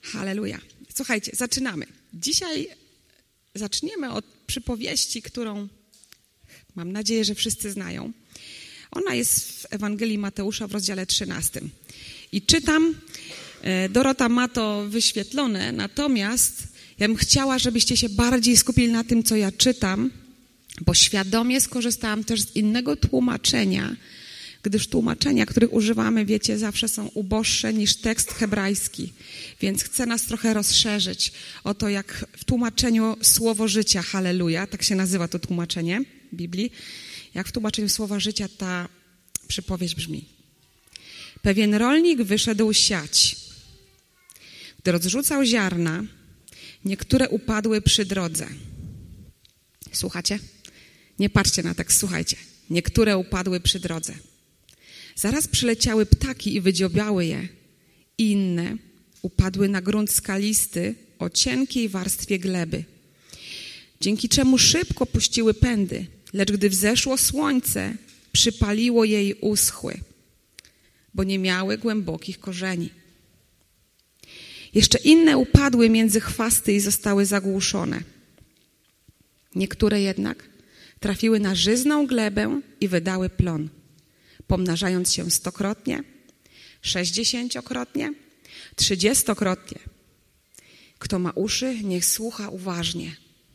Halleluja. Słuchajcie, zaczynamy. Dzisiaj zaczniemy od przypowieści, którą mam nadzieję, że wszyscy znają. Ona jest w Ewangelii Mateusza w rozdziale 13. I czytam, Dorota ma to wyświetlone, natomiast ja bym chciała, żebyście się bardziej skupili na tym, co ja czytam, bo świadomie skorzystałam też z innego tłumaczenia, gdyż tłumaczenia, których używamy, wiecie, zawsze są uboższe niż tekst hebrajski. Więc chcę nas trochę rozszerzyć o to, jak w tłumaczeniu Słowo Życia, halleluja, tak się nazywa to tłumaczenie Biblii, jak w tłumaczeniu Słowa Życia ta przypowieść brzmi. Pewien rolnik wyszedł siać. Gdy rozrzucał ziarna, niektóre upadły przy drodze. Słuchacie? Nie patrzcie na tekst, słuchajcie. Niektóre upadły przy drodze. Zaraz przyleciały ptaki i wydziobiały je. Inne upadły na grunt skalisty o cienkiej warstwie gleby, dzięki czemu szybko puściły pędy, lecz gdy wzeszło słońce, przypaliło je i uschły, bo nie miały głębokich korzeni. Jeszcze inne upadły między chwasty i zostały zagłuszone. Niektóre jednak trafiły na żyzną glebę i wydały plon, pomnażając się 100-krotnie, 60-krotnie, 30-krotnie. Kto ma uszy, niech słucha uważnie.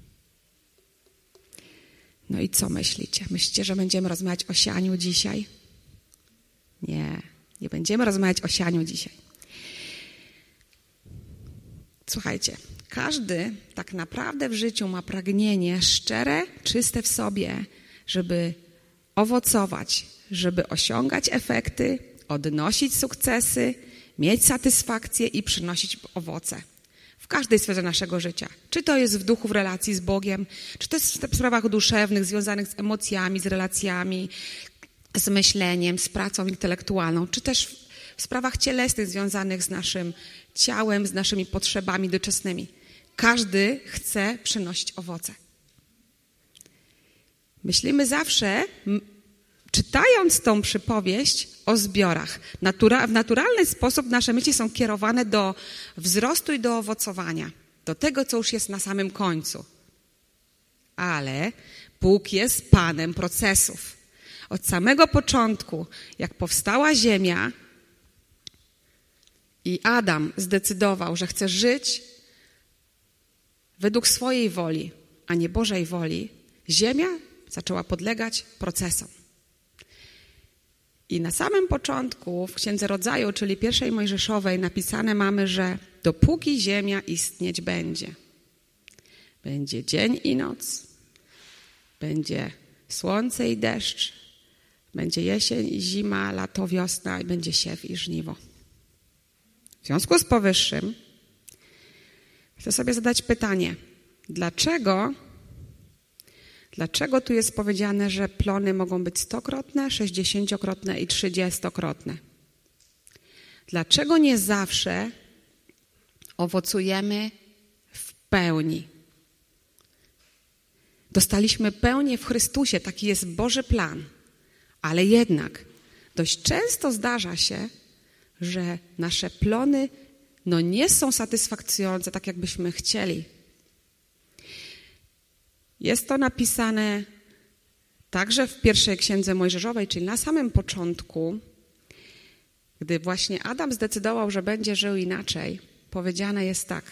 No i co myślicie? Myślicie, że będziemy rozmawiać o sianiu dzisiaj? Nie będziemy rozmawiać o sianiu dzisiaj. Słuchajcie, każdy tak naprawdę w życiu ma pragnienie szczere, czyste w sobie, żeby owocować, żeby osiągać efekty, odnosić sukcesy, mieć satysfakcję i przynosić owoce. W każdej sferze naszego życia. Czy to jest w duchu, w relacji z Bogiem, czy to jest w sprawach duszewnych, związanych z emocjami, z relacjami, z myśleniem, z pracą intelektualną, czy też w sprawach cielesnych związanych z naszym ciałem, z naszymi potrzebami doczesnymi. Każdy chce przynosić owoce. Myślimy zawsze, czytając tą przypowieść o zbiorach, w naturalny sposób nasze myśli są kierowane do wzrostu i do owocowania, do tego, co już jest na samym końcu. Ale Bóg jest Panem procesów. Od samego początku, jak powstała ziemia i Adam zdecydował, że chce żyć według swojej woli, a nie Bożej woli, ziemia zaczęła podlegać procesom. I na samym początku w Księdze Rodzaju, czyli pierwszej Mojżeszowej, napisane mamy, że dopóki ziemia istnieć będzie. Będzie dzień i noc, będzie słońce i deszcz, będzie jesień i zima, lato, wiosna i będzie siew i żniwo. W związku z powyższym chcę sobie zadać pytanie, dlaczego tu jest powiedziane, że plony mogą być 100-krotne, 60-krotne i 30-krotne? Dlaczego nie zawsze owocujemy w pełni? Dostaliśmy pełnię w Chrystusie, taki jest Boży plan. Ale jednak dość często zdarza się, że nasze plony nie są satysfakcjonujące tak, jakbyśmy chcieli. Jest to napisane także w pierwszej Księdze Mojżeszowej, czyli na samym początku, gdy właśnie Adam zdecydował, że będzie żył inaczej, powiedziane jest tak.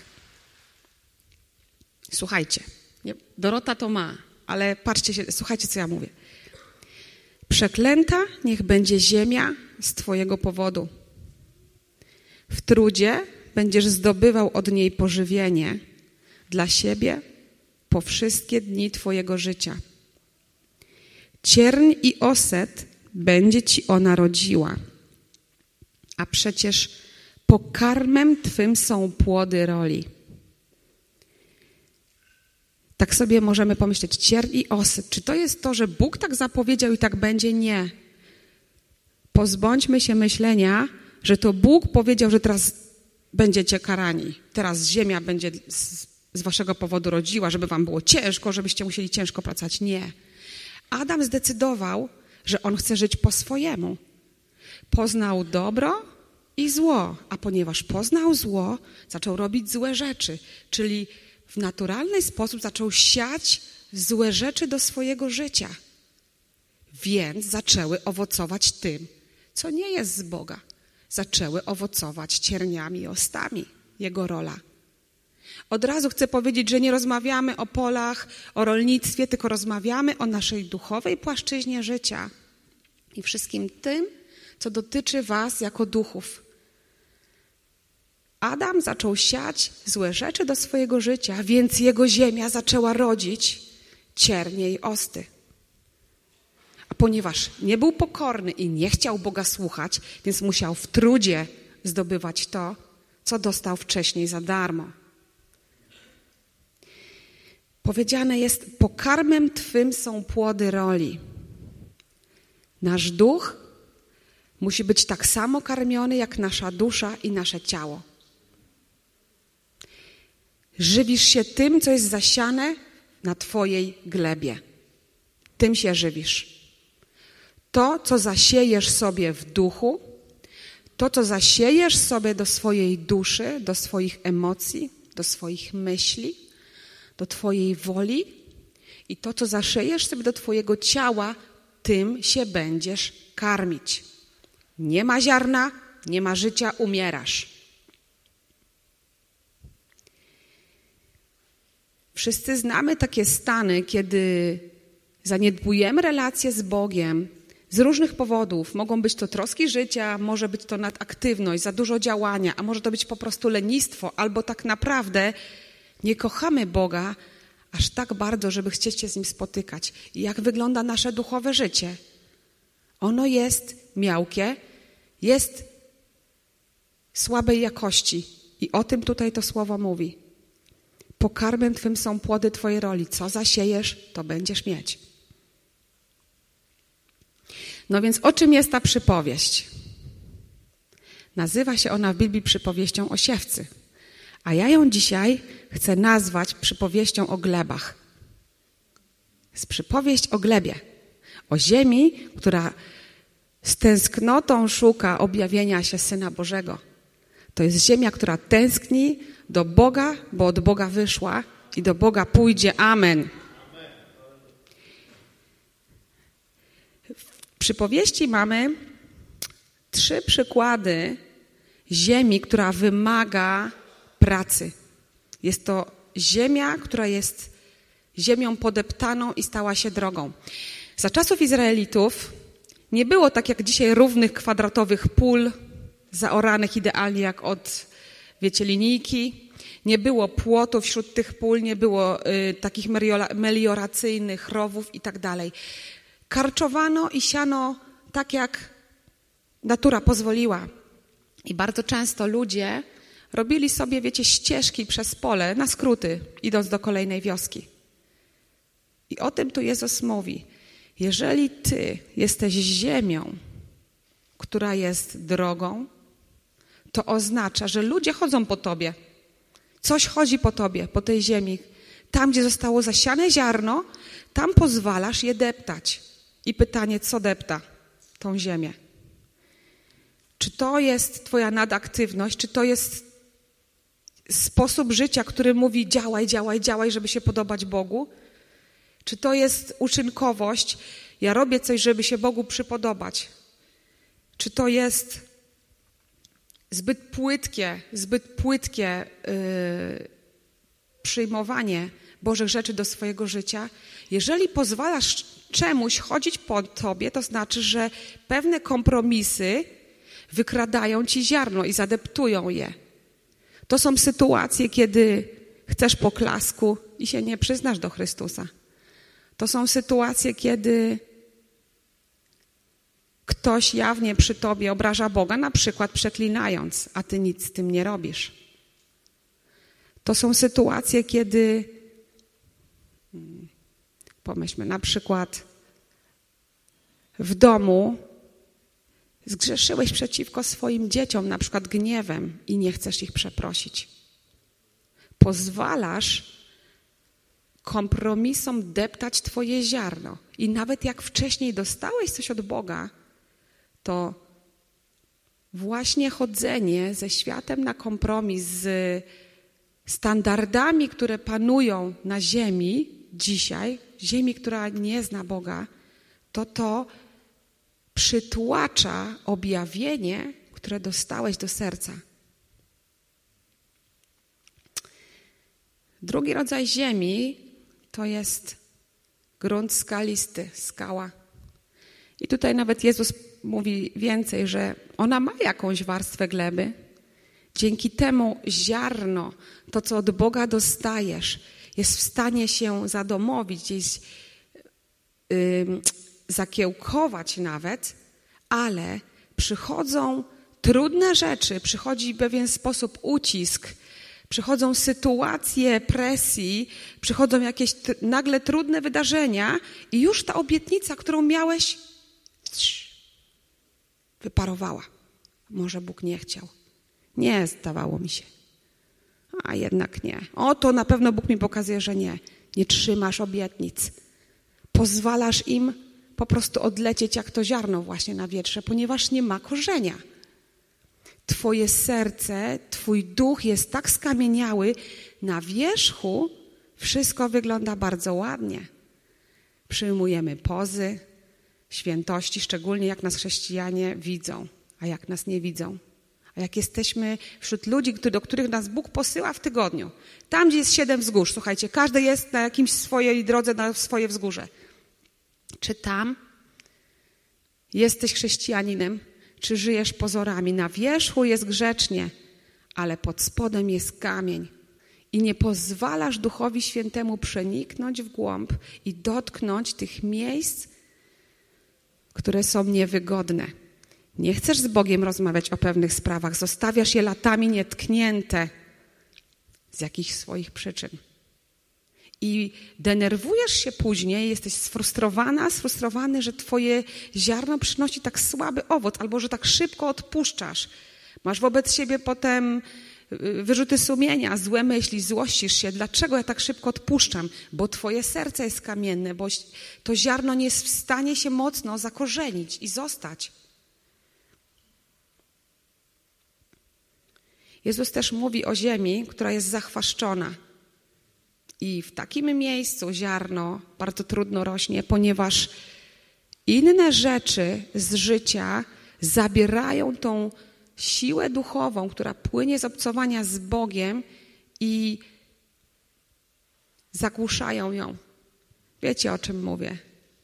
Słuchajcie, Dorota to ma, ale słuchajcie, co ja mówię. Przeklęta niech będzie ziemia z Twojego powodu. W trudzie będziesz zdobywał od niej pożywienie dla siebie po wszystkie dni Twojego życia. Cierń i oset będzie Ci ona rodziła, a przecież pokarmem Twym są płody roli. Tak sobie możemy pomyśleć, cierń i oset. Czy to jest to, że Bóg tak zapowiedział i tak będzie? Nie. Pozbądźmy się myślenia, że to Bóg powiedział, że teraz będziecie karani. Teraz ziemia będzie z waszego powodu rodziła, żeby wam było ciężko, żebyście musieli ciężko pracować. Nie. Adam zdecydował, że on chce żyć po swojemu. Poznał dobro i zło. A ponieważ poznał zło, zaczął robić złe rzeczy. Czyli w naturalny sposób zaczął siać złe rzeczy do swojego życia. Więc zaczęły owocować tym, co nie jest z Boga. Zaczęły owocować cierniami i ostami. Jego rola. Od razu chcę powiedzieć, że nie rozmawiamy o polach, o rolnictwie, tylko rozmawiamy o naszej duchowej płaszczyźnie życia i wszystkim tym, co dotyczy was jako duchów. Adam zaczął siać złe rzeczy do swojego życia, więc jego ziemia zaczęła rodzić ciernie i osty. A ponieważ nie był pokorny i nie chciał Boga słuchać, więc musiał w trudzie zdobywać to, co dostał wcześniej za darmo. Powiedziane jest, pokarmem twym są płody roli. Nasz duch musi być tak samo karmiony, jak nasza dusza i nasze ciało. Żywisz się tym, co jest zasiane na twojej glebie. Tym się żywisz. To, co zasiejesz sobie w duchu, to, co zasiejesz sobie do swojej duszy, do swoich emocji, do swoich myśli, do twojej woli i to, co zasiejesz sobie do twojego ciała, tym się będziesz karmić. Nie ma ziarna, nie ma życia, umierasz. Wszyscy znamy takie stany, kiedy zaniedbujemy relacje z Bogiem z różnych powodów. Mogą być to troski życia, może być to nadaktywność, za dużo działania, a może to być po prostu lenistwo, albo tak naprawdę nie kochamy Boga aż tak bardzo, żeby chcieć się z Nim spotykać. I jak wygląda nasze duchowe życie? Ono jest miałkie, jest słabej jakości. I o tym tutaj to słowo mówi. Pokarmem twym są płody twojej roli. Co zasiejesz, to będziesz mieć. No więc o czym jest ta przypowieść? Nazywa się ona w Biblii przypowieścią o siewcy. A ja ją dzisiaj chcę nazwać przypowieścią o glebach. Jest przypowieść o glebie. O ziemi, która z tęsknotą szuka objawienia się Syna Bożego. To jest ziemia, która tęskni do Boga, bo od Boga wyszła i do Boga pójdzie. Amen. W przypowieści mamy 3 przykłady ziemi, która wymaga pracy. Jest to ziemia, która jest ziemią podeptaną i stała się drogą. Za czasów Izraelitów nie było tak jak dzisiaj równych kwadratowych pól, zaoranych idealnie jak od, linijki. Nie było płotów wśród tych pól, nie było takich melioracyjnych rowów i tak dalej. Karczowano i siano tak, jak natura pozwoliła. I bardzo często ludzie robili sobie, ścieżki przez pole na skróty, idąc do kolejnej wioski. I o tym tu Jezus mówi. Jeżeli ty jesteś ziemią, która jest drogą, to oznacza, że ludzie chodzą po tobie. Coś chodzi po tobie, po tej ziemi. Tam, gdzie zostało zasiane ziarno, tam pozwalasz je deptać. I pytanie, co depta tą ziemię? Czy to jest twoja nadaktywność? Czy to jest sposób życia, który mówi działaj, działaj, działaj, żeby się podobać Bogu? Czy to jest uczynkowość? Ja robię coś, żeby się Bogu przypodobać. Czy to jest zbyt płytkie przyjmowanie Bożych rzeczy do swojego życia? Jeżeli pozwalasz czemuś chodzić po tobie, to znaczy, że pewne kompromisy wykradają ci ziarno i zadeptują je. To są sytuacje, kiedy chcesz poklasku i się nie przyznasz do Chrystusa. To są sytuacje, kiedy ktoś jawnie przy tobie obraża Boga, na przykład przeklinając, a ty nic z tym nie robisz. To są sytuacje, kiedy, pomyślmy, na przykład w domu zgrzeszyłeś przeciwko swoim dzieciom, na przykład gniewem i nie chcesz ich przeprosić. Pozwalasz kompromisom deptać twoje ziarno. I nawet jak wcześniej dostałeś coś od Boga, to właśnie chodzenie ze światem na kompromis, z standardami, które panują na ziemi dzisiaj, ziemi, która nie zna Boga, to przytłacza objawienie, które dostałeś do serca. Drugi rodzaj ziemi to jest grunt skalisty, skała. I tutaj nawet Jezus mówi więcej, że ona ma jakąś warstwę gleby. Dzięki temu ziarno, to co od Boga dostajesz, jest w stanie się zadomowić, gdzieś zakiełkować nawet, ale przychodzą trudne rzeczy, przychodzi w pewien sposób ucisk, przychodzą sytuacje presji, przychodzą jakieś nagle trudne wydarzenia i już ta obietnica, którą miałeś, wyparowała. Może Bóg nie chciał. Nie, zdawało mi się. A jednak nie. To na pewno Bóg mi pokazuje, że nie. Nie trzymasz obietnic. Pozwalasz im po prostu odlecieć jak to ziarno właśnie na wietrze, ponieważ nie ma korzenia. Twoje serce, twój duch jest tak skamieniały, na wierzchu wszystko wygląda bardzo ładnie. Przyjmujemy pozy świętości, szczególnie jak nas chrześcijanie widzą, a jak nas nie widzą. A jak jesteśmy wśród ludzi, do których nas Bóg posyła w tygodniu. Tam, gdzie jest 7 wzgórz, słuchajcie, każdy jest na jakimś swojej drodze, na swoje wzgórze. Czy tam jesteś chrześcijaninem, czy żyjesz pozorami? Na wierzchu jest grzecznie, ale pod spodem jest kamień. I nie pozwalasz Duchowi Świętemu przeniknąć w głąb i dotknąć tych miejsc, które są niewygodne. Nie chcesz z Bogiem rozmawiać o pewnych sprawach, zostawiasz je latami nietknięte z jakichś swoich przyczyn. I denerwujesz się później, jesteś sfrustrowany, że twoje ziarno przynosi tak słaby owoc, albo że tak szybko odpuszczasz. Masz wobec siebie potem wyrzuty sumienia, złe myśli, złościsz się. Dlaczego ja tak szybko odpuszczam? Bo twoje serce jest kamienne, bo to ziarno nie jest w stanie się mocno zakorzenić i zostać. Jezus też mówi o ziemi, która jest zachwaszczona. I w takim miejscu ziarno bardzo trudno rośnie, ponieważ inne rzeczy z życia zabierają tą siłę duchową, która płynie z obcowania z Bogiem i zagłuszają ją. Wiecie, o czym mówię?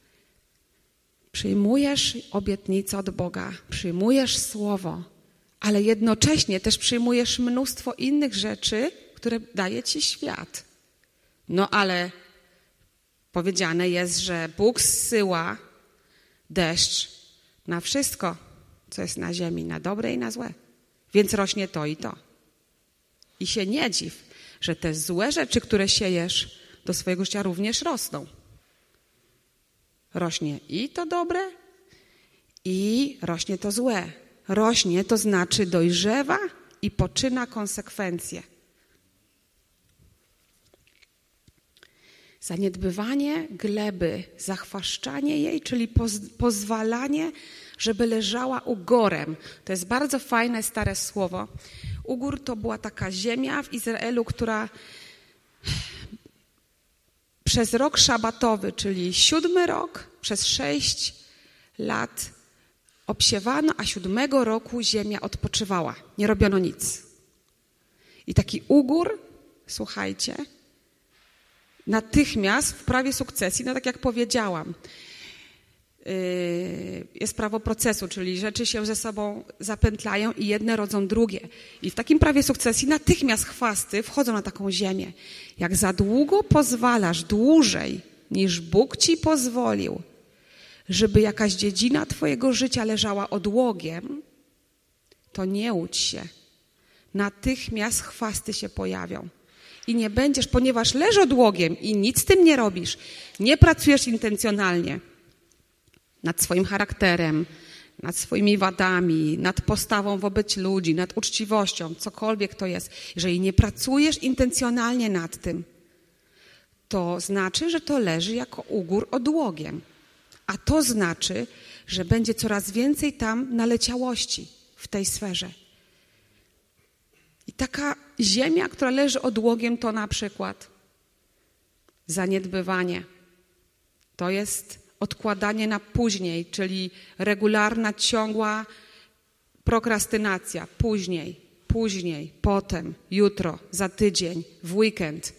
Przyjmujesz obietnicę od Boga, przyjmujesz słowo, ale jednocześnie też przyjmujesz mnóstwo innych rzeczy, które daje ci świat. No ale powiedziane jest, że Bóg zsyła deszcz na wszystko, co jest na ziemi, na dobre i na złe. Więc rośnie to i to. I się nie dziw, że te złe rzeczy, które siejesz do swojego życia, również rosną. Rośnie i to dobre, i rośnie to złe. Rośnie, to znaczy dojrzewa i poczyna konsekwencje. Zaniedbywanie gleby, zachwaszczanie jej, czyli pozwalanie, żeby leżała ugorem. To jest bardzo fajne, stare słowo. Ugór to była taka ziemia w Izraelu, która przez rok szabatowy, czyli 7 rok, przez 6 lat obsiewano, a 7 roku ziemia odpoczywała. Nie robiono nic. I taki ugór, słuchajcie, natychmiast w prawie sukcesji, no tak jak powiedziałam, jest prawo procesu, czyli rzeczy się ze sobą zapętlają i jedne rodzą drugie. I w takim prawie sukcesji natychmiast chwasty wchodzą na taką ziemię. Jak za długo pozwalasz, dłużej niż Bóg ci pozwolił, żeby jakaś dziedzina twojego życia leżała odłogiem, to nie łudź się. Natychmiast chwasty się pojawią. I nie będziesz, ponieważ leży odłogiem i nic z tym nie robisz, nie pracujesz intencjonalnie nad swoim charakterem, nad swoimi wadami, nad postawą wobec ludzi, nad uczciwością, cokolwiek to jest. Jeżeli nie pracujesz intencjonalnie nad tym, to znaczy, że to leży jako ugór odłogiem. A to znaczy, że będzie coraz więcej tam naleciałości. w tej sferze. I taka ziemia, która leży odłogiem, to na przykład zaniedbywanie. To jest odkładanie na później, czyli regularna, ciągła prokrastynacja. Później, potem, jutro, za tydzień, w weekend.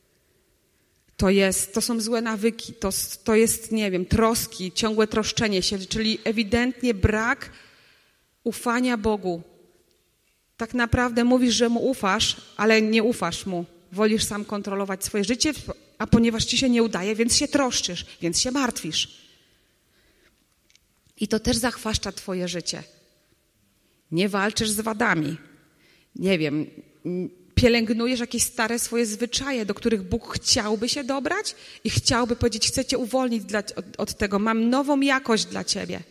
To są złe nawyki, to jest, nie wiem, troski, ciągłe troszczenie się, czyli ewidentnie brak ufania Bogu. Tak naprawdę mówisz, że Mu ufasz, ale nie ufasz Mu. Wolisz sam kontrolować swoje życie, a ponieważ ci się nie udaje, więc się troszczysz, więc się martwisz. I to też zachwaszcza twoje życie. Nie walczysz z wadami. Nie wiem, pielęgnujesz jakieś stare swoje zwyczaje, do których Bóg chciałby się dobrać i chciałby powiedzieć, chcę cię uwolnić od tego, mam nową jakość dla ciebie.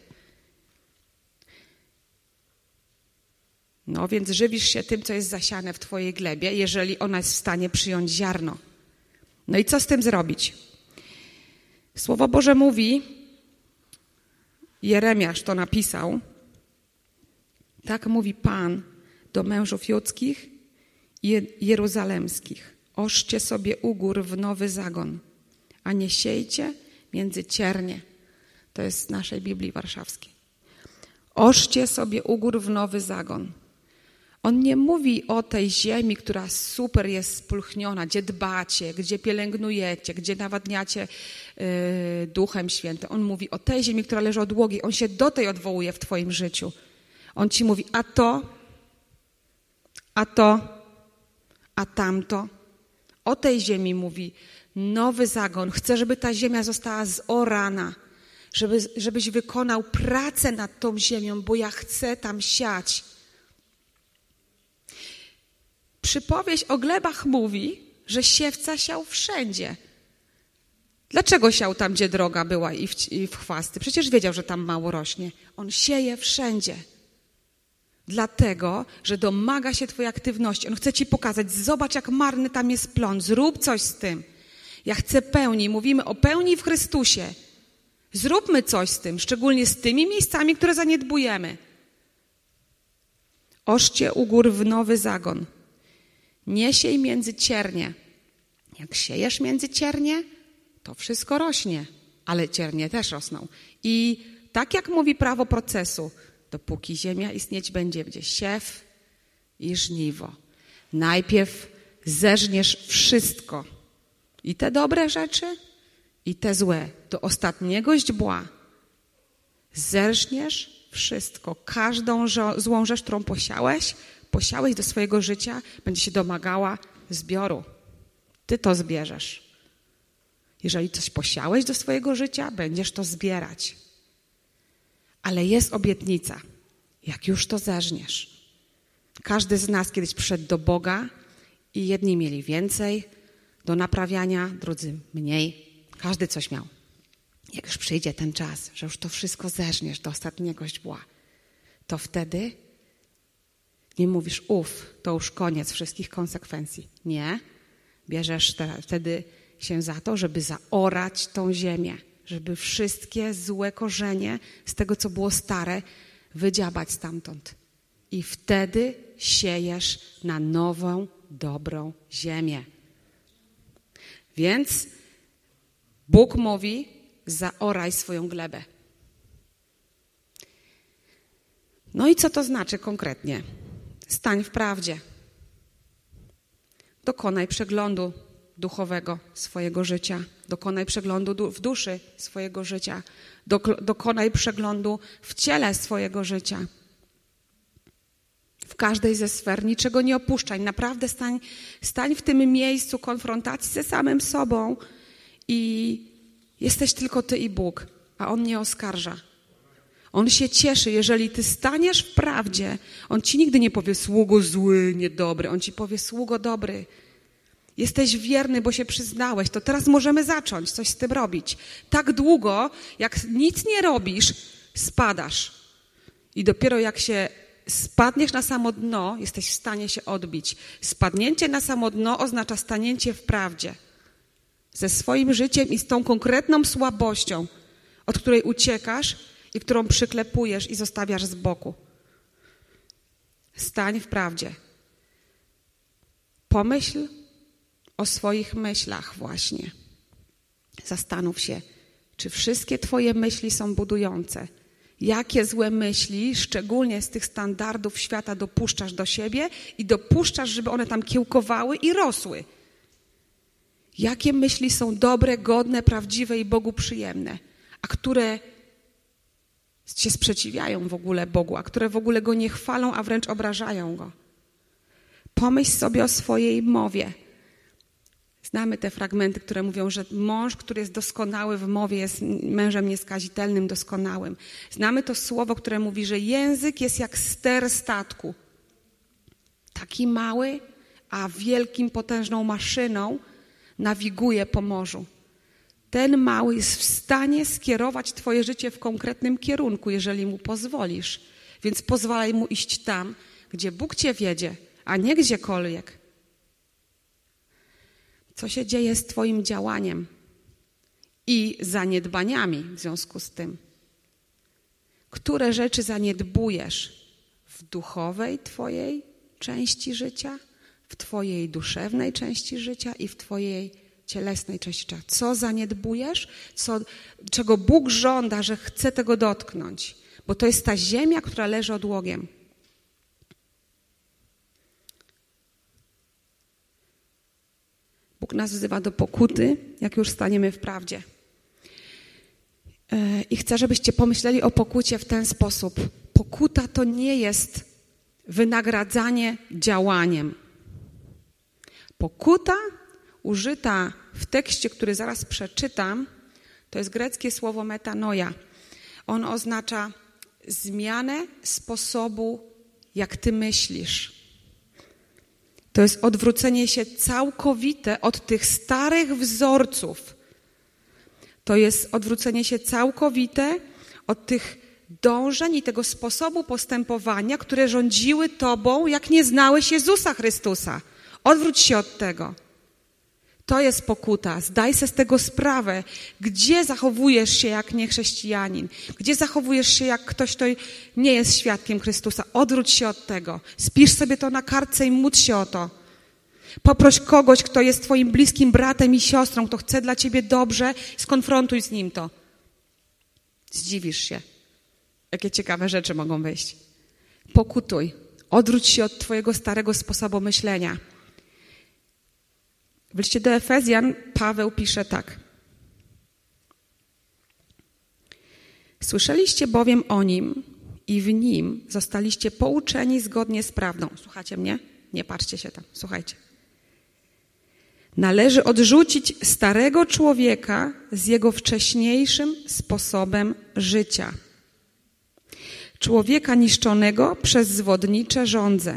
No więc żywisz się tym, co jest zasiane w twojej glebie, jeżeli ona jest w stanie przyjąć ziarno. No i co z tym zrobić? Słowo Boże mówi, Jeremiasz to napisał, tak mówi Pan do mężów judzkich i jeruzalemskich. Oszcie sobie ugór w nowy zagon, a nie siejcie między ciernie. To jest z naszej Biblii Warszawskiej. Oszcie sobie ugór w nowy zagon. On nie mówi o tej ziemi, która super jest spulchniona, gdzie dbacie, gdzie pielęgnujecie, gdzie nawadniacie Duchem Świętym. On mówi o tej ziemi, która leży odłogi. On się do tej odwołuje w twoim życiu. On ci mówi, a tamto. O tej ziemi mówi nowy zagon. Chcę, żeby ta ziemia została zorana, żebyś wykonał pracę nad tą ziemią, bo ja chcę tam siać. Przypowieść o glebach mówi, że siewca siał wszędzie. Dlaczego siał tam, gdzie droga była i w chwasty? Przecież wiedział, że tam mało rośnie. On sieje wszędzie. Dlatego, że domaga się twojej aktywności. On chce ci pokazać, zobacz, jak marny tam jest plon, zrób coś z tym. Ja chcę pełni, mówimy o pełni w Chrystusie. Zróbmy coś z tym, szczególnie z tymi miejscami, które zaniedbujemy. Oszcie ugór w nowy zagon. Nie siej między ciernie. Jak siejesz między ciernie, to wszystko rośnie, ale ciernie też rosną. I tak jak mówi prawo procesu, dopóki ziemia istnieć będzie, będzie siew i żniwo. Najpierw zeżniesz wszystko. I te dobre rzeczy, i te złe. Do ostatniego źdźbła. Zeżniesz wszystko. Każdą złą rzecz, którą posiałeś do swojego życia, będzie się domagała zbioru. Ty to zbierzesz. Jeżeli coś posiałeś do swojego życia, będziesz to zbierać. Ale jest obietnica. Jak już to zeżniesz. Każdy z nas kiedyś przyszedł do Boga i jedni mieli więcej do naprawiania, drudzy mniej. Każdy coś miał. Jak już przyjdzie ten czas, że już to wszystko zeżniesz do ostatniego źdźbła, to wtedy nie mówisz, to już koniec wszystkich konsekwencji. Nie. Bierzesz wtedy się za to, żeby zaorać tą ziemię, żeby wszystkie złe korzenie z tego, co było stare, wydziabać stamtąd. I wtedy siejesz na nową, dobrą ziemię. Więc Bóg mówi, zaoraj swoją glebę. No i co to znaczy konkretnie? Stań w prawdzie. Dokonaj przeglądu duchowego swojego życia. Dokonaj przeglądu w duszy swojego życia. Dokonaj przeglądu w ciele swojego życia. W każdej ze sfer. Niczego nie opuszczaj. Naprawdę stań w tym miejscu konfrontacji ze samym sobą i jesteś tylko ty i Bóg, a On nie oskarża. On się cieszy, jeżeli ty staniesz w prawdzie. On ci nigdy nie powie sługo zły, niedobry. On ci powie sługo dobry. Jesteś wierny, bo się przyznałeś. To teraz możemy zacząć coś z tym robić. Tak długo, jak nic nie robisz, spadasz. I dopiero jak się spadniesz na samo dno, jesteś w stanie się odbić. Spadnięcie na samo dno oznacza stanięcie w prawdzie. Ze swoim życiem i z tą konkretną słabością, od której uciekasz i którą przyklepujesz i zostawiasz z boku. Stań w prawdzie. Pomyśl o swoich myślach właśnie. Zastanów się, czy wszystkie twoje myśli są budujące. Jakie złe myśli, szczególnie z tych standardów świata, dopuszczasz do siebie i dopuszczasz, żeby one tam kiełkowały i rosły. Jakie myśli są dobre, godne, prawdziwe i Bogu przyjemne, a które się sprzeciwiają w ogóle Bogu, a które w ogóle Go nie chwalą, a wręcz obrażają Go. Pomyśl sobie o swojej mowie. Znamy te fragmenty, które mówią, że mąż, który jest doskonały w mowie, jest mężem nieskazitelnym, doskonałym. Znamy to słowo, które mówi, że język jest jak ster statku. Taki mały, a wielkim, potężną maszyną nawiguje po morzu. Ten mały jest w stanie skierować twoje życie w konkretnym kierunku, jeżeli mu pozwolisz. Więc pozwalaj mu iść tam, gdzie Bóg cię wiedzie, a nie gdziekolwiek. Co się dzieje z twoim działaniem i zaniedbaniami w związku z tym? Które rzeczy zaniedbujesz w duchowej twojej części życia, w twojej duszewnej części życia i w twojej cielesnej części życia? Co zaniedbujesz? Czego Bóg żąda, że chce tego dotknąć? Bo to jest ta ziemia, która leży odłogiem. Bóg nas wzywa do pokuty, jak już staniemy w prawdzie. I chcę, żebyście pomyśleli o pokucie w ten sposób. Pokuta to nie jest wynagradzanie działaniem. Pokuta użyta w tekście, który zaraz przeczytam, to jest greckie słowo metanoia. Ono oznacza zmianę sposobu, jak ty myślisz. To jest odwrócenie się całkowite od tych starych wzorców. To jest odwrócenie się całkowite od tych dążeń i tego sposobu postępowania, które rządziły tobą, jak nie znałeś Jezusa Chrystusa. Odwróć się od tego. To jest pokuta. Zdaj sobie z tego sprawę. Gdzie zachowujesz się jak niechrześcijanin? Gdzie zachowujesz się jak ktoś, kto nie jest świadkiem Chrystusa? Odwróć się od tego. Spisz sobie to na kartce i módl się o to. Poproś kogoś, kto jest twoim bliskim bratem i siostrą, kto chce dla ciebie dobrze, skonfrontuj z nim to. Zdziwisz się, jakie ciekawe rzeczy mogą wyjść. Pokutuj. Odwróć się od twojego starego sposobu myślenia. W liście do Efezjan Paweł pisze tak. Słyszeliście bowiem o Nim i w Nim zostaliście pouczeni zgodnie z prawdą. Słuchacie mnie? Nie patrzcie się tam, słuchajcie. Należy odrzucić starego człowieka z jego wcześniejszym sposobem życia. Człowieka niszczonego przez zwodnicze żądze.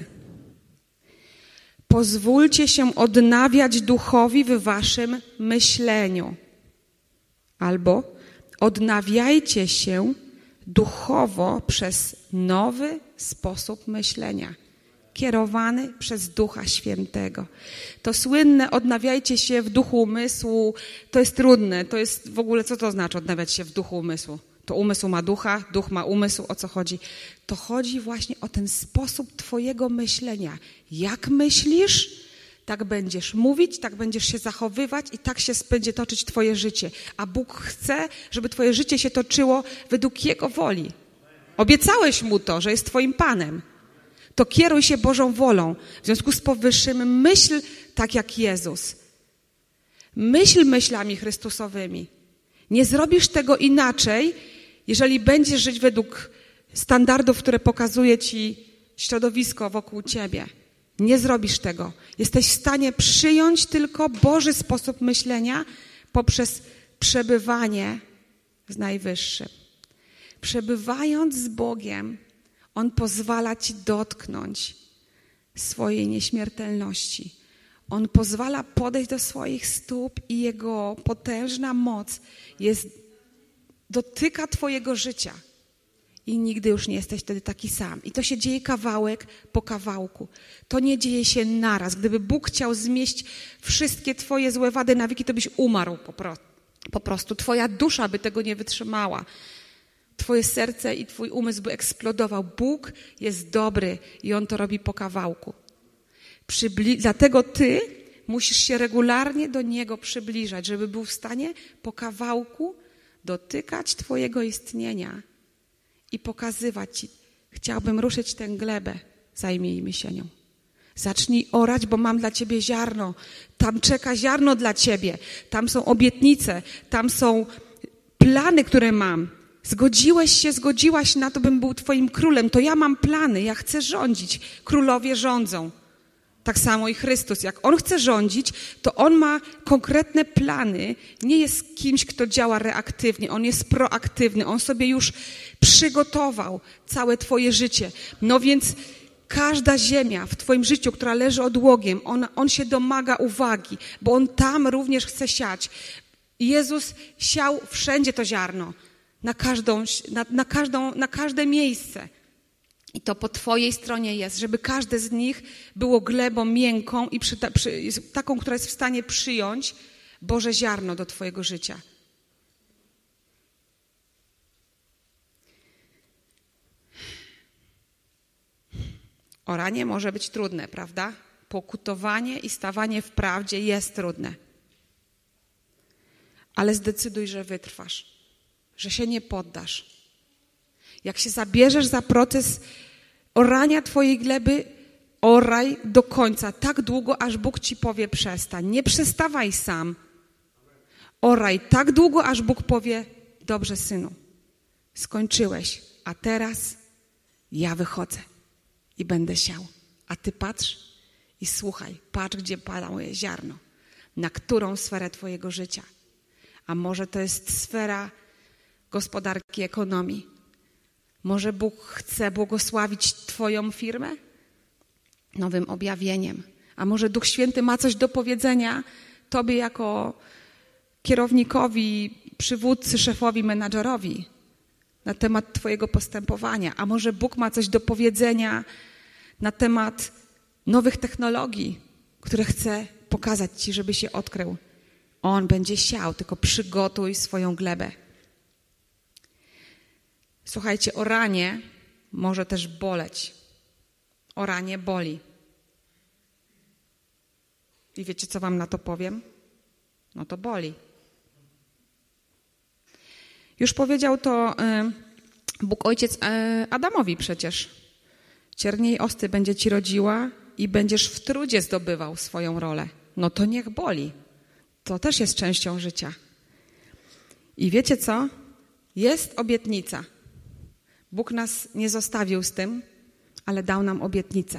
Pozwólcie się odnawiać duchowi w waszym myśleniu. Albo odnawiajcie się duchowo przez nowy sposób myślenia, kierowany przez Ducha Świętego. To słynne odnawiajcie się w duchu umysłu, to jest trudne. To jest w ogóle, co to znaczy odnawiać się w duchu umysłu? To umysł ma ducha, duch ma umysł, o co chodzi? To chodzi właśnie o ten sposób twojego myślenia. Jak myślisz, tak będziesz mówić, tak będziesz się zachowywać i tak się będzie toczyć twoje życie. A Bóg chce, żeby twoje życie się toczyło według Jego woli. Obiecałeś Mu to, że jest twoim Panem. To kieruj się Bożą wolą. W związku z powyższym myśl tak jak Jezus. Myśl myślami Chrystusowymi. Nie zrobisz tego inaczej, jeżeli będziesz żyć według standardów, które pokazuje ci środowisko wokół ciebie. Nie zrobisz tego. Jesteś w stanie przyjąć tylko Boży sposób myślenia poprzez przebywanie z Najwyższym. Przebywając z Bogiem, On pozwala ci dotknąć swojej nieśmiertelności. On pozwala podejść do swoich stóp i Jego potężna moc dotyka twojego życia. I nigdy już nie jesteś wtedy taki sam. I to się dzieje kawałek po kawałku. To nie dzieje się naraz. Gdyby Bóg chciał zmieść wszystkie twoje złe wady na wieki, to byś umarł po prostu. Twoja dusza by tego nie wytrzymała. twoje serce i twój umysł by eksplodował. Bóg jest dobry i On to robi po kawałku. Dlatego ty musisz się regularnie do Niego przybliżać, żeby był w stanie po kawałku dotykać twojego istnienia i pokazywać ci, chciałbym ruszyć tę glebę, zajmijmy się nią. Zacznij orać, bo mam dla ciebie ziarno. Tam czeka ziarno dla ciebie. Tam są obietnice, tam są plany, które mam. Zgodziłaś na to, bym był twoim królem. To ja mam plany, ja chcę rządzić. Królowie rządzą. Tak samo i Chrystus. Jak On chce rządzić, to On ma konkretne plany. Nie jest kimś, kto działa reaktywnie. On jest proaktywny. On sobie już przygotował całe twoje życie. No więc każda ziemia w twoim życiu, która leży odłogiem, on się domaga uwagi, bo On tam również chce siać. Jezus siał wszędzie to ziarno. Na każde miejsce. I to po twojej stronie jest, żeby każde z nich było glebą miękką i taką, która jest w stanie przyjąć Boże ziarno do twojego życia. Oranie może być trudne, prawda? Pokutowanie i stawanie w prawdzie jest trudne. Ale zdecyduj, że wytrwasz, że się nie poddasz. Jak się zabierzesz za proces orania twojej gleby, oraj do końca, tak długo, aż Bóg ci powie przestań. Nie przestawaj sam. Oraj tak długo, aż Bóg powie, dobrze synu, skończyłeś, a teraz ja wychodzę i będę siał. A ty patrz i słuchaj, patrz, gdzie pada moje ziarno, na którą sferę twojego życia. A może to jest sfera gospodarki, ekonomii. Może Bóg chce błogosławić twoją firmę nowym objawieniem. A może Duch Święty ma coś do powiedzenia tobie jako kierownikowi, przywódcy, szefowi, menadżerowi na temat twojego postępowania. A może Bóg ma coś do powiedzenia na temat nowych technologii, które chce pokazać ci, żeby się odkrył. On będzie siał, tylko przygotuj swoją glebę. Słuchajcie, oranie może też boleć. Oranie boli. I wiecie, co wam na to powiem? No to boli. Już powiedział to Bóg Ojciec Adamowi przecież. Cierniej osty będzie ci rodziła i będziesz w trudzie zdobywał swoją rolę. No to niech boli. To też jest częścią życia. I wiecie co? Jest obietnica. Bóg nas nie zostawił z tym, ale dał nam obietnicę.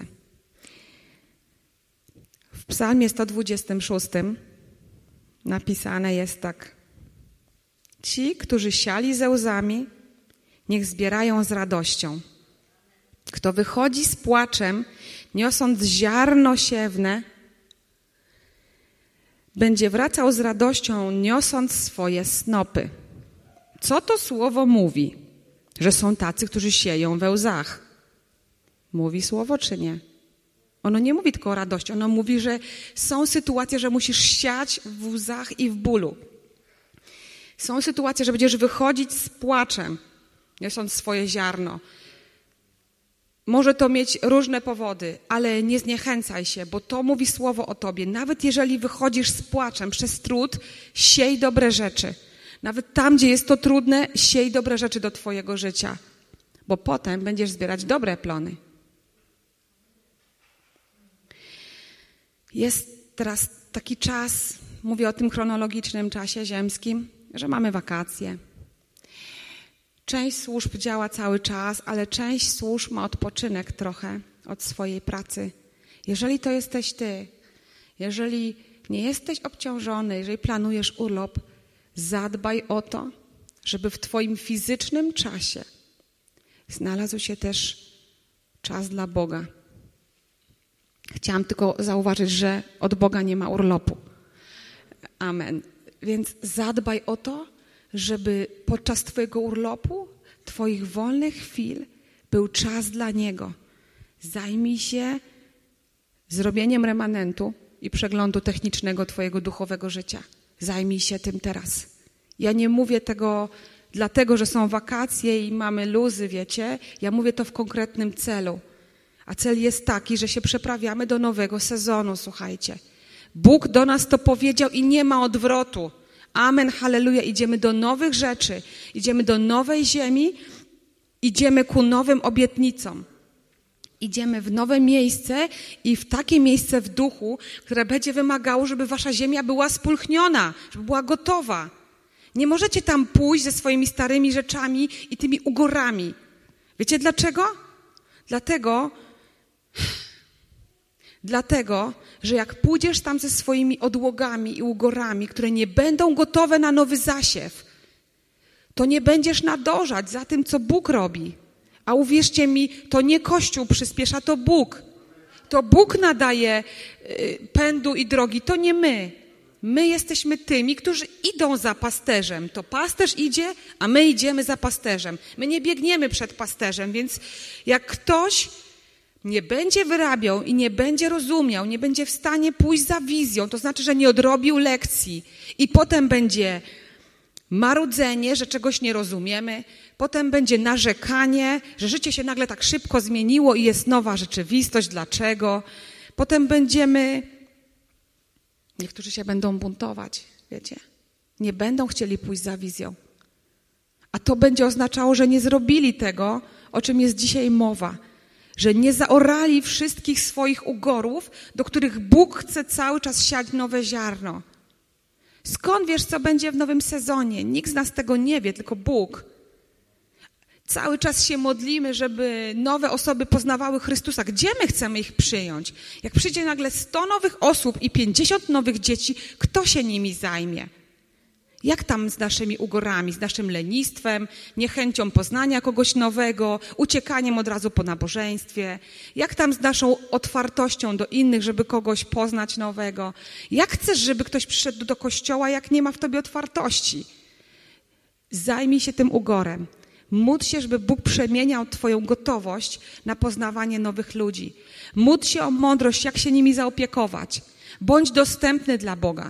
W Psalmie 126 napisane jest tak. Ci, którzy siali ze łzami, niech zbierają z radością. Kto wychodzi z płaczem, niosąc ziarno siewne, będzie wracał z radością, niosąc swoje snopy. Co to słowo mówi? Że są tacy, którzy sieją we łzach. Mówi słowo czy nie? Ono nie mówi tylko o radości. Ono mówi, że są sytuacje, że musisz siać w łzach i w bólu. Są sytuacje, że będziesz wychodzić z płaczem, niosąc swoje ziarno. Może to mieć różne powody, ale nie zniechęcaj się, bo to mówi słowo o tobie. Nawet jeżeli wychodzisz z płaczem przez trud, siej dobre rzeczy. Nawet tam, gdzie jest to trudne, siej dobre rzeczy do twojego życia, bo potem będziesz zbierać dobre plony. Jest teraz taki czas, mówię o tym chronologicznym czasie ziemskim, że mamy wakacje. Część służb działa cały czas, ale część służb ma odpoczynek trochę od swojej pracy. Jeżeli to jesteś ty, jeżeli nie jesteś obciążony, jeżeli planujesz urlop, zadbaj o to, żeby w twoim fizycznym czasie znalazł się też czas dla Boga. Chciałam tylko zauważyć, że od Boga nie ma urlopu. Amen. Więc zadbaj o to, żeby podczas twojego urlopu, twoich wolnych chwil był czas dla Niego. Zajmij się zrobieniem remanentu i przeglądu technicznego twojego duchowego życia. Zajmij się tym teraz. Ja nie mówię tego dlatego, że są wakacje i mamy luzy, wiecie. Ja mówię to w konkretnym celu. A cel jest taki, że się przeprawiamy do nowego sezonu, słuchajcie. Bóg do nas to powiedział i nie ma odwrotu. Amen, halleluja. Idziemy do nowych rzeczy, idziemy do nowej ziemi, idziemy ku nowym obietnicom. Idziemy w nowe miejsce i w takie miejsce w duchu, które będzie wymagało, żeby wasza ziemia była spulchniona, żeby była gotowa. Nie możecie tam pójść ze swoimi starymi rzeczami i tymi ugorami. Wiecie dlaczego? Dlatego, że jak pójdziesz tam ze swoimi odłogami i ugorami, które nie będą gotowe na nowy zasiew, to nie będziesz nadążać za tym, co Bóg robi. A uwierzcie mi, to nie Kościół przyspiesza, to Bóg. To Bóg nadaje pędu i drogi, to nie my. My jesteśmy tymi, którzy idą za pasterzem. To pasterz idzie, a my idziemy za pasterzem. My nie biegniemy przed pasterzem, więc jak ktoś nie będzie wyrabiał i nie będzie rozumiał, nie będzie w stanie pójść za wizją, to znaczy, że nie odrobił lekcji i potem będzie marudzenie, że czegoś nie rozumiemy, potem będzie narzekanie, że życie się nagle tak szybko zmieniło i jest nowa rzeczywistość, dlaczego? Potem niektórzy się będą buntować, wiecie, nie będą chcieli pójść za wizją. A to będzie oznaczało, że nie zrobili tego, o czym jest dzisiaj mowa, że nie zaorali wszystkich swoich ugorów, do których Bóg chce cały czas siać nowe ziarno. Skąd wiesz, co będzie w nowym sezonie? Nikt z nas tego nie wie, tylko Bóg. Cały czas się modlimy, żeby nowe osoby poznawały Chrystusa. Gdzie my chcemy ich przyjąć? Jak przyjdzie nagle 100 nowych osób i 50 nowych dzieci, kto się nimi zajmie? Jak tam z naszymi ugorami, z naszym lenistwem, niechęcią poznania kogoś nowego, uciekaniem od razu po nabożeństwie? Jak tam z naszą otwartością do innych, żeby kogoś poznać nowego? Jak chcesz, żeby ktoś przyszedł do kościoła, jak nie ma w tobie otwartości? Zajmij się tym ugorem. Módl się, żeby Bóg przemieniał twoją gotowość na poznawanie nowych ludzi. Módl się o mądrość, jak się nimi zaopiekować. Bądź dostępny dla Boga.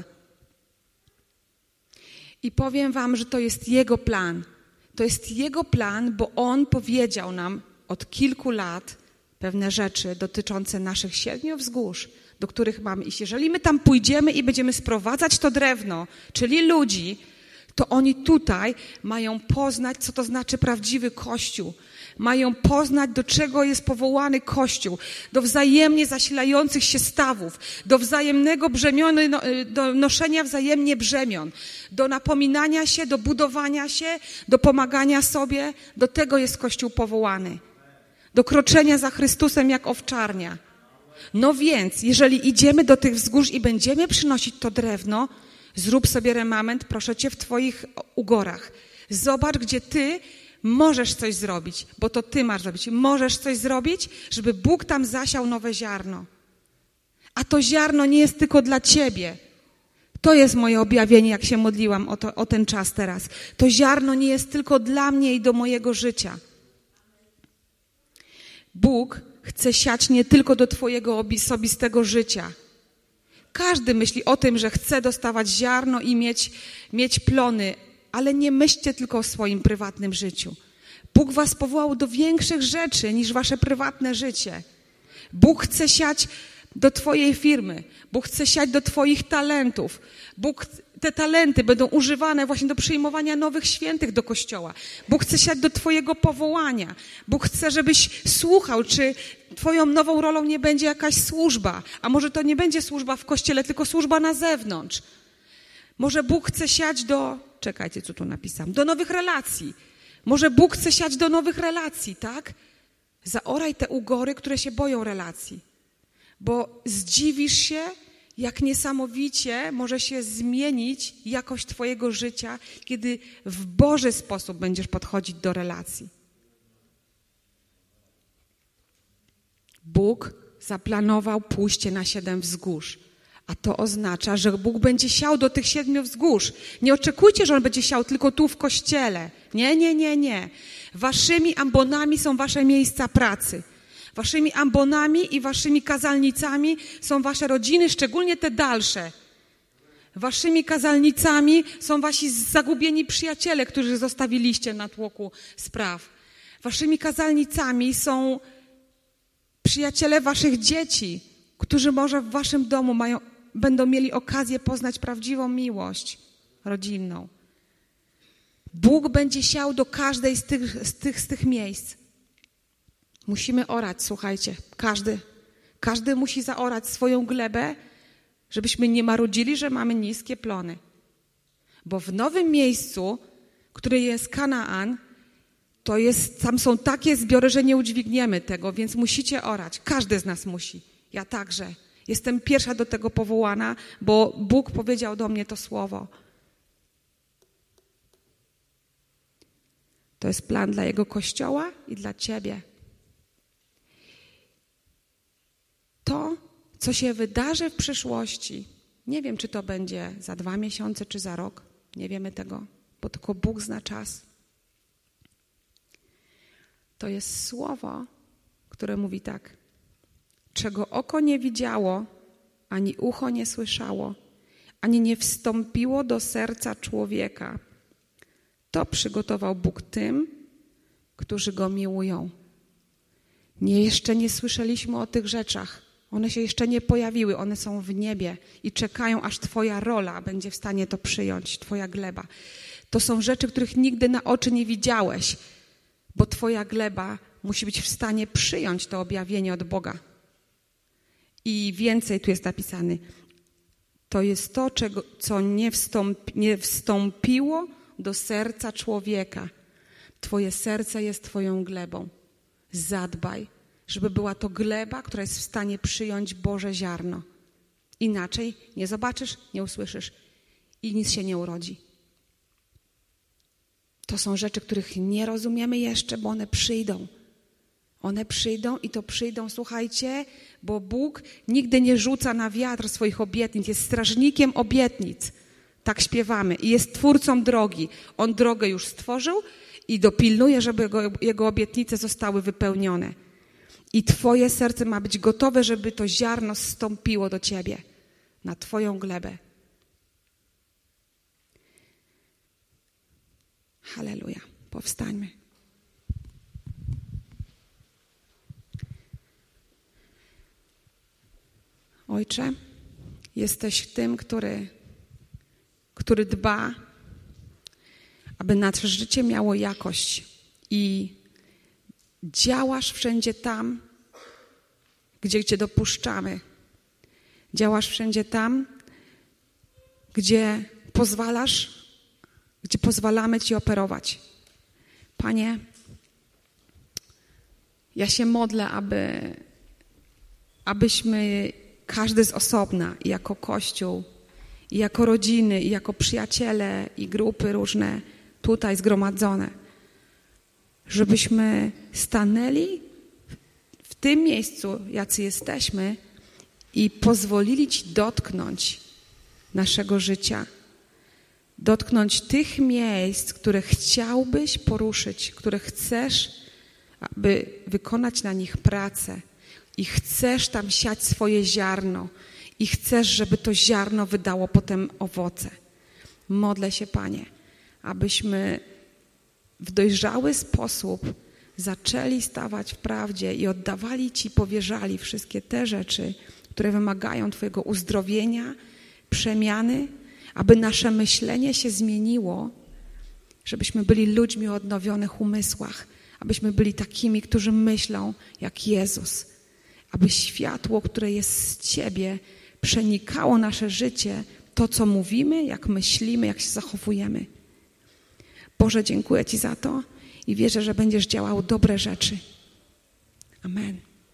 I powiem wam, że to jest Jego plan. To jest Jego plan, bo On powiedział nam od kilku lat pewne rzeczy dotyczące naszych 7 wzgórz, do których mamy iść. Jeżeli my tam pójdziemy i będziemy sprowadzać to drewno, czyli ludzi, to oni tutaj mają poznać, co to znaczy prawdziwy Kościół. Mają poznać, do czego jest powołany Kościół. Do wzajemnie zasilających się stawów, do wzajemnego do noszenia wzajemnie brzemion, do napominania się, do budowania się, do pomagania sobie. Do tego jest Kościół powołany. Do kroczenia za Chrystusem jak owczarnia. No więc, jeżeli idziemy do tych wzgórz i będziemy przynosić to drewno, zrób sobie remament, proszę cię, w twoich ugorach. Zobacz, gdzie ty możesz coś zrobić, bo to ty masz zrobić. Możesz coś zrobić, żeby Bóg tam zasiał nowe ziarno. A to ziarno nie jest tylko dla ciebie. To jest moje objawienie, jak się modliłam o ten czas teraz. To ziarno nie jest tylko dla mnie i do mojego życia. Bóg chce siać nie tylko do twojego osobistego życia. Każdy myśli o tym, że chce dostawać ziarno i mieć plony, ale nie myślcie tylko o swoim prywatnym życiu. Bóg was powołał do większych rzeczy niż wasze prywatne życie. Bóg chce siać do twojej firmy. Bóg chce siać do twoich talentów. Te talenty będą używane właśnie do przyjmowania nowych świętych do Kościoła. Bóg chce siać do twojego powołania. Bóg chce, żebyś słuchał, czy twoją nową rolą nie będzie jakaś służba. A może to nie będzie służba w Kościele, tylko służba na zewnątrz. Może Bóg chce siać czekajcie, co tu napisałam, do nowych relacji. Może Bóg chce siać do nowych relacji, tak? Zaoraj te ugory, które się boją relacji. Bo zdziwisz się, jak niesamowicie może się zmienić jakość twojego życia, kiedy w Boży sposób będziesz podchodzić do relacji. Bóg zaplanował pójście na 7 wzgórz. A to oznacza, że Bóg będzie siał do tych 7 wzgórz. Nie oczekujcie, że On będzie siał tylko tu w Kościele. Nie. Waszymi ambonami są wasze miejsca pracy. Waszymi ambonami i waszymi kazalnicami są wasze rodziny, szczególnie te dalsze. Waszymi kazalnicami są wasi zagubieni przyjaciele, którzy zostawiliście na tłoku spraw. Waszymi kazalnicami są przyjaciele waszych dzieci, którzy może w waszym domu będą mieli okazję poznać prawdziwą miłość rodzinną. Bóg będzie siał do każdej z tych miejsc. Musimy orać, słuchajcie, każdy musi zaorać swoją glebę, żebyśmy nie marudzili, że mamy niskie plony. Bo w nowym miejscu, które jest Kanaan, tam są takie zbiory, że nie udźwigniemy tego, więc musicie orać. Każdy z nas musi. Ja także. Jestem pierwsza do tego powołana, bo Bóg powiedział do mnie to słowo. To jest plan dla Jego Kościoła i dla ciebie. To, co się wydarzy w przyszłości, nie wiem, czy to będzie za 2 miesiące, czy za rok. Nie wiemy tego, bo tylko Bóg zna czas. To jest słowo, które mówi tak. Czego oko nie widziało, ani ucho nie słyszało, ani nie wstąpiło do serca człowieka, to przygotował Bóg tym, którzy Go miłują. Jeszcze nie słyszeliśmy o tych rzeczach. One się jeszcze nie pojawiły. One są w niebie i czekają, aż twoja rola będzie w stanie to przyjąć, twoja gleba. To są rzeczy, których nigdy na oczy nie widziałeś, bo twoja gleba musi być w stanie przyjąć to objawienie od Boga. I więcej tu jest napisane. To jest to, co nie wstąpiło do serca człowieka. Twoje serce jest twoją glebą. Zadbaj, żeby była to gleba, która jest w stanie przyjąć Boże ziarno. Inaczej nie zobaczysz, nie usłyszysz i nic się nie urodzi. To są rzeczy, których nie rozumiemy jeszcze, bo one przyjdą. One przyjdą i to przyjdą, słuchajcie, bo Bóg nigdy nie rzuca na wiatr swoich obietnic. Jest strażnikiem obietnic. Tak śpiewamy. I jest twórcą drogi. On drogę już stworzył i dopilnuje, żeby jego obietnice zostały wypełnione. I twoje serce ma być gotowe, żeby to ziarno zstąpiło do ciebie, na twoją glebę. Halleluja. Powstańmy. Ojcze, jesteś tym, który dba, aby nasze życie miało jakość i działasz wszędzie tam, gdzie Cię dopuszczamy. Działasz wszędzie tam, gdzie pozwalamy Ci operować. Panie, ja się modlę, abyśmy każdy z osobna, i jako Kościół, i jako rodziny, i jako przyjaciele, i grupy różne tutaj zgromadzone, żebyśmy stanęli w tym miejscu, jacy jesteśmy i pozwolili Ci dotknąć naszego życia. Dotknąć tych miejsc, które chciałbyś poruszyć, które chcesz, aby wykonać na nich pracę i chcesz tam siać swoje ziarno i chcesz, żeby to ziarno wydało potem owoce. Modlę się, Panie, abyśmy w dojrzały sposób zaczęli stawać w prawdzie i oddawali Ci, powierzali wszystkie te rzeczy, które wymagają Twojego uzdrowienia, przemiany, aby nasze myślenie się zmieniło, żebyśmy byli ludźmi o odnowionych umysłach, abyśmy byli takimi, którzy myślą jak Jezus, aby światło, które jest z Ciebie, przenikało nasze życie, to, co mówimy, jak myślimy, jak się zachowujemy. Boże, dziękuję Ci za to i wierzę, że będziesz działał dobre rzeczy. Amen.